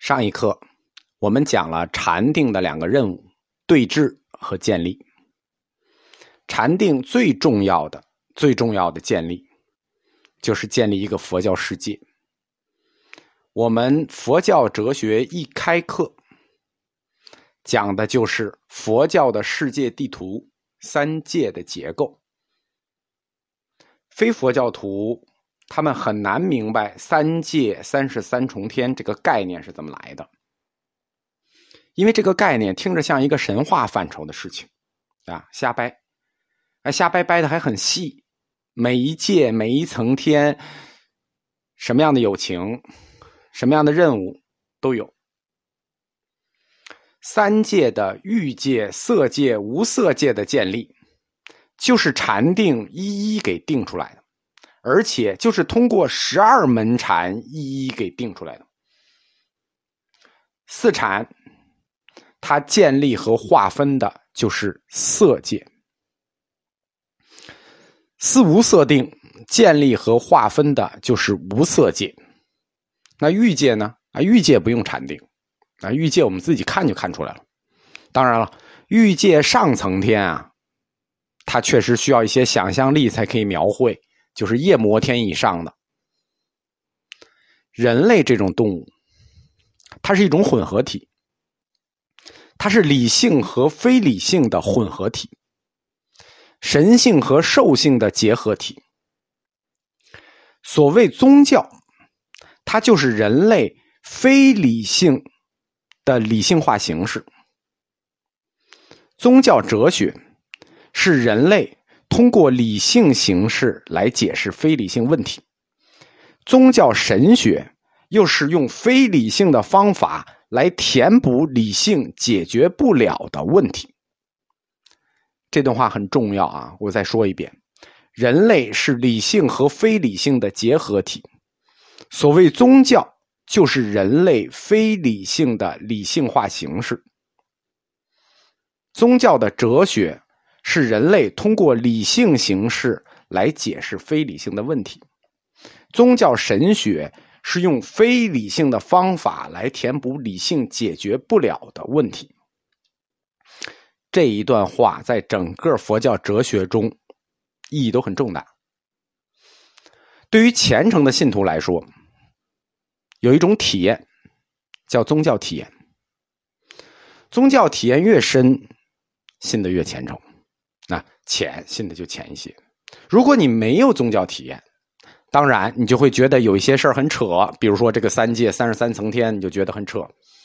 上一课我们讲了禅定的两个任务：对治和建立。禅定最重要的建立就是建立一个佛教世界。我们佛教哲学一开课讲的就是佛教的世界地图三界的结构。非佛教徒他们很难明白三界33重天这个概念是怎么来的，因为这个概念听着像一个神话范畴的事情啊，瞎掰，瞎掰掰的还很细，每一界每一层天什么样的友情什么样的任务都有。三界的欲界、色界、无色界的建立就是禅定一一给定出来的，而且就是通过12门禅一一给定出来的。四禅它建立和划分的就是色界，四无色定建立和划分的就是无色界。那欲界呢？欲界不用禅定，欲界我们自己看就看出来了。当然了，欲界上层天啊，它确实需要一些想象力才可以描绘，就是夜摩天以上的。人类这种动物，它是一种混合体，它是理性和非理性的混合体，神性和兽性的结合体。所谓宗教，它就是人类非理性的理性化形式。宗教哲学是人类通过理性形式来解释非理性问题，宗教神学又是用非理性的方法来填补理性解决不了的问题。这段话很重要啊，我再说一遍，人类是理性和非理性的结合体，所谓宗教就是人类非理性的理性化形式。宗教的哲学是人类通过理性形式来解释非理性的问题，宗教神学是用非理性的方法来填补理性解决不了的问题。这一段话在整个佛教哲学中意义都很重大。对于虔诚的信徒来说，有一种体验叫宗教体验，宗教体验越深，信得越虔诚，浅信的就浅一些。如果你没有宗教体验，当然你就会觉得有一些事儿很扯，比如说这个三界33层天，你就觉得很扯。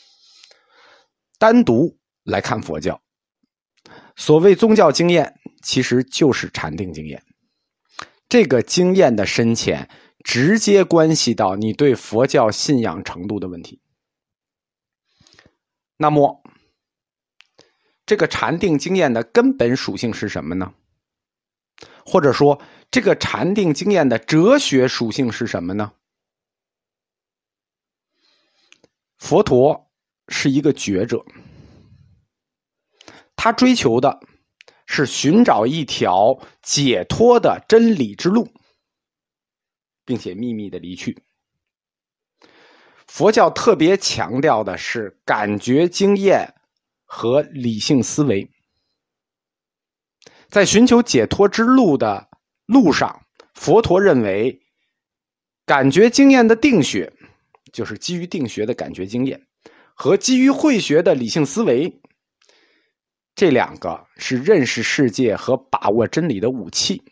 单独来看佛教，所谓宗教经验其实就是禅定经验，这个经验的深浅直接关系到你对佛教信仰程度的问题。那么这个禅定经验的根本属性是什么呢？或者说这个禅定经验的哲学属性是什么呢？佛陀是一个觉者，他追求的是寻找一条解脱的真理之路，并且秘密的离去。佛教特别强调的是感觉经验和理性思维。在寻求解脱之路的路上，佛陀认为感觉经验的定学，就是基于定学的感觉经验，和基于慧学的理性思维，这两个是认识世界和把握真理的武器。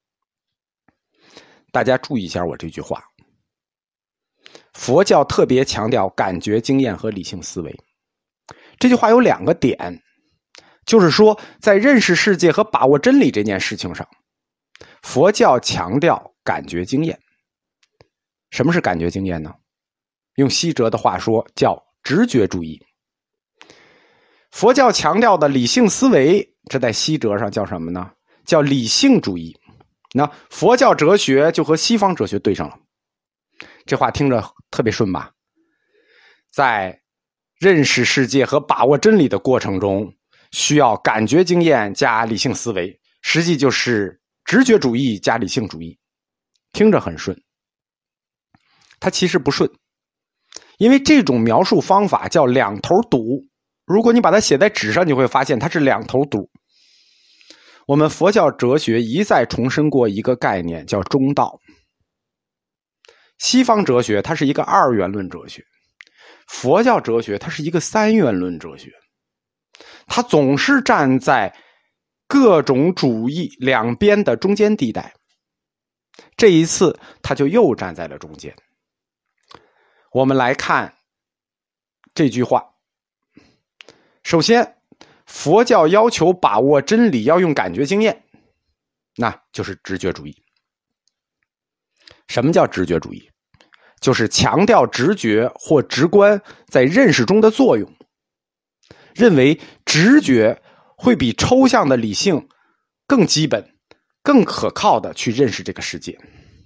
大家注意一下我这句话，佛教特别强调感觉经验和理性思维。这句话有两个点，就是说在认识世界和把握真理这件事情上，佛教强调感觉经验。什么是感觉经验呢？用西哲的话说叫直觉主义。佛教强调的理性思维，这在西哲上叫什么呢？叫理性主义。那佛教哲学就和西方哲学对上了。这话听着特别顺吧？在认识世界和把握真理的过程中，需要感觉经验加理性思维，实际就是直觉主义加理性主义。听着很顺，它其实不顺， 因为这种描述方法叫两头堵，如果你把它写在纸上，你会发现它是两头堵。我们佛教哲学一再重申过一个概念，叫中道。西方哲学它是一个二元论哲学，佛教哲学它是一个三元论哲学，它总是站在各种主义两边的中间地带。这一次它就又站在了中间。我们来看这句话。首先，佛教要求把握真理要用感觉经验，那就是直觉主义。什么叫直觉主义？就是强调直觉或直观在认识中的作用，认为直觉会比抽象的理性更基本、更可靠的去认识这个世界。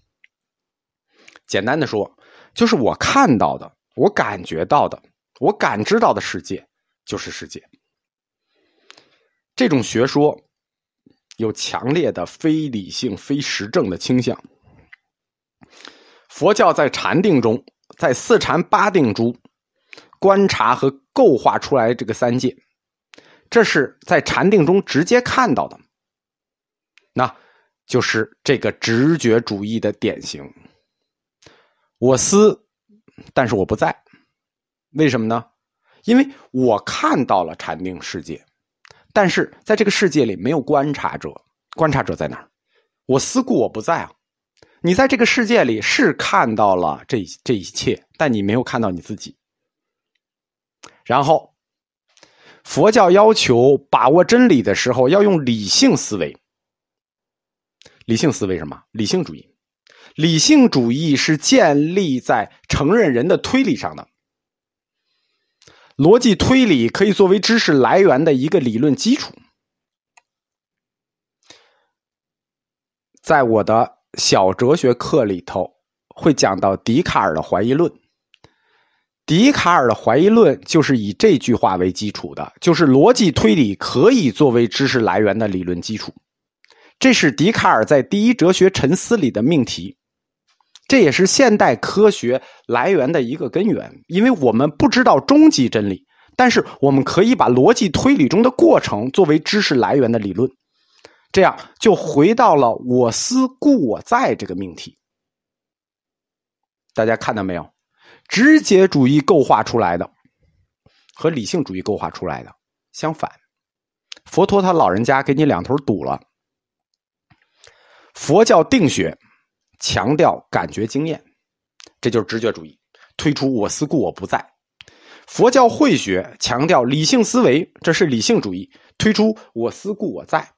简单的说，就是我看到的、我感觉到的、我感知到的世界就是世界。这种学说有强烈的非理性、非实证的倾向。佛教在禅定中，在四禅八定中观察和构画出来这个三界，这是在禅定中直接看到的，那就是这个直觉主义的典型。我思，但是我不在，为什么呢？因为我看到了禅定世界，但是在这个世界里没有观察者，观察者在哪儿？我思故我不在啊。你在这个世界里是看到了这一切，但你没有看到你自己。然后佛教要求把握真理的时候要用理性思维。理性思维什么？理性主义。理性主义是建立在承认人的推理上的。逻辑推理可以作为知识来源的一个理论基础。在我的小哲学课里头会讲到笛卡尔的怀疑论。笛卡尔的怀疑论就是以这句话为基础的，就是逻辑推理可以作为知识来源的理论基础。这是笛卡尔在第一哲学沉思里的命题，这也是现代科学来源的一个根源。因为我们不知道终极真理，但是我们可以把逻辑推理中的过程作为知识来源的理论，这样就回到了我思故我在这个命题。大家看到没有？直觉主义构画出来的和理性主义构画出来的相反。佛陀他老人家给你两头堵了。佛教定学强调感觉经验，这就是直觉主义，推出我思故我不在。佛教慧学强调理性思维，这是理性主义，推出我思故我在。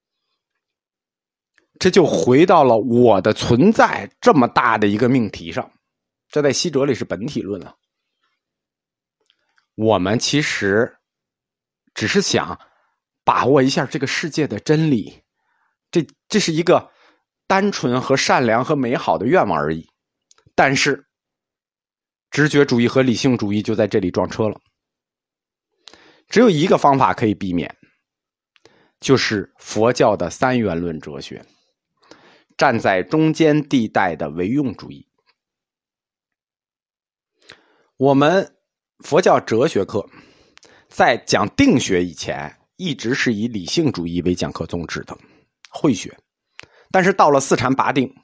这就回到了我的存在这么大的一个命题上，这在西哲里是本体论了。我们其实只是想把握一下这个世界的真理，这是一个单纯和善良和美好的愿望而已。但是直觉主义和理性主义就在这里撞车了。只有一个方法可以避免，就是佛教的三元论哲学，站在中间地带的唯用主义。我们佛教哲学课在讲定学以前一直是以理性主义为讲课宗旨的慧学，但是到了四禅八定，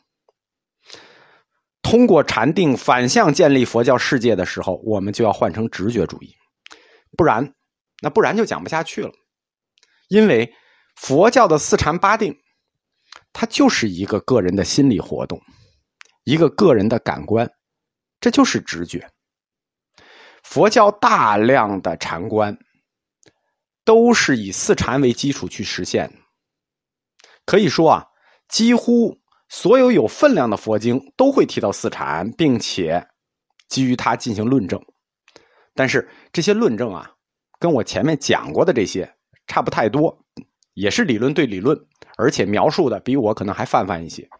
通过禅定反向建立佛教世界的时候，我们就要换成直觉主义，不然就讲不下去了。因为佛教的四禅八定它就是一个个人的心理活动，一个个人的感官，这就是直觉。佛教大量的禅观都是以四禅为基础去实现的。可以说啊，几乎所有有分量的佛经都会提到四禅，并且基于它进行论证。但是这些论证啊，跟我前面讲过的这些差不太多，也是理论对理论，而且描述的比我可能还泛一些。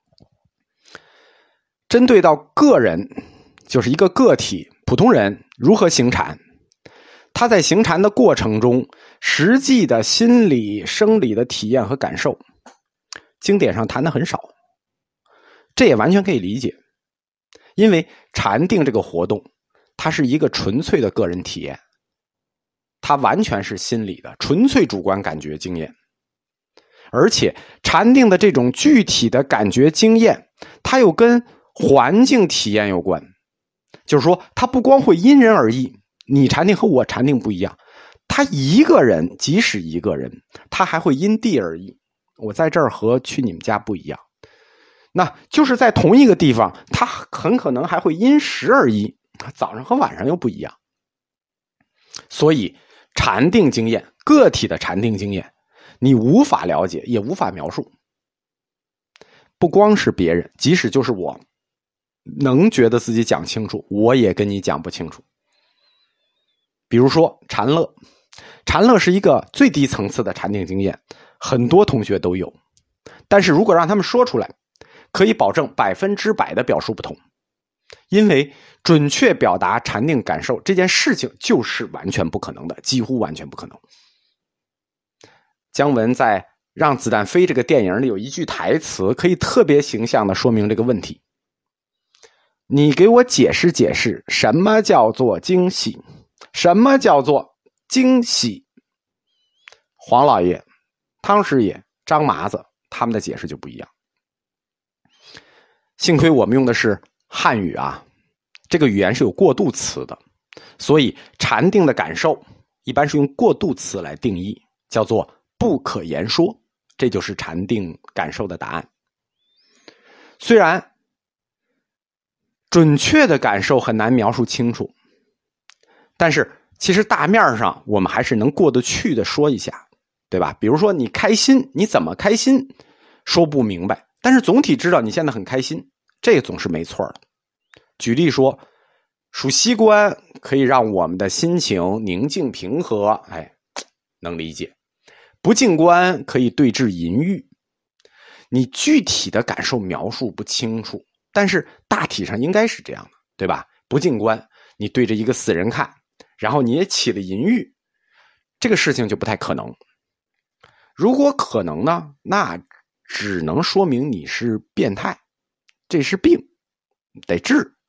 针对到个人，就是一个个体普通人如何行禅，他在行禅的过程中实际的心理生理的体验和感受，经典上谈的很少。这也完全可以理解，因为禅定这个活动它是一个纯粹的个人体验，它完全是心理的，纯粹主观感觉经验。而且禅定的这种具体的感觉经验，它又跟环境体验有关。就是说，它不光会因人而异，你禅定和我禅定不一样，他一个人，即使一个人，他还会因地而异。我在这儿和去你们家不一样，那就是在同一个地方，他很可能还会因时而异，早上和晚上又不一样。所以禅定经验，个体的禅定经验，你无法了解，也无法描述。不光是别人，即使就是我能觉得自己讲清楚，我也跟你讲不清楚。比如说禅乐，禅乐是一个最低层次的禅定经验，很多同学都有，但是如果让他们说出来，可以保证100%的表述不同，因为准确表达禅定感受这件事情就是完全不可能的，几乎完全不可能。姜文在《让子弹飞》这个电影里有一句台词，可以特别形象地说明这个问题。你给我解释解释，什么叫做惊喜？什么叫做惊喜？黄老爷、汤师爷、张麻子他们的解释就不一样。幸亏我们用的是汉语啊，这个语言是有过渡词的，所以禅定的感受一般是用过渡词来定义，叫做不可言说，这就是禅定感受的答案。虽然准确的感受很难描述清楚，但是其实大面上我们还是能过得去的说一下，对吧？比如说你开心，你怎么开心说不明白，但是总体知道你现在很开心，这总是没错的。举例说，数息观可以让我们的心情宁静平和，能理解。不静观可以对治淫欲，你具体的感受描述不清楚，但是大体上应该是这样的，对吧？不静观，你对着一个死人看，然后你也起了淫欲，这个事情就不太可能。如果可能呢，那只能说明你是变态，这是病，得治。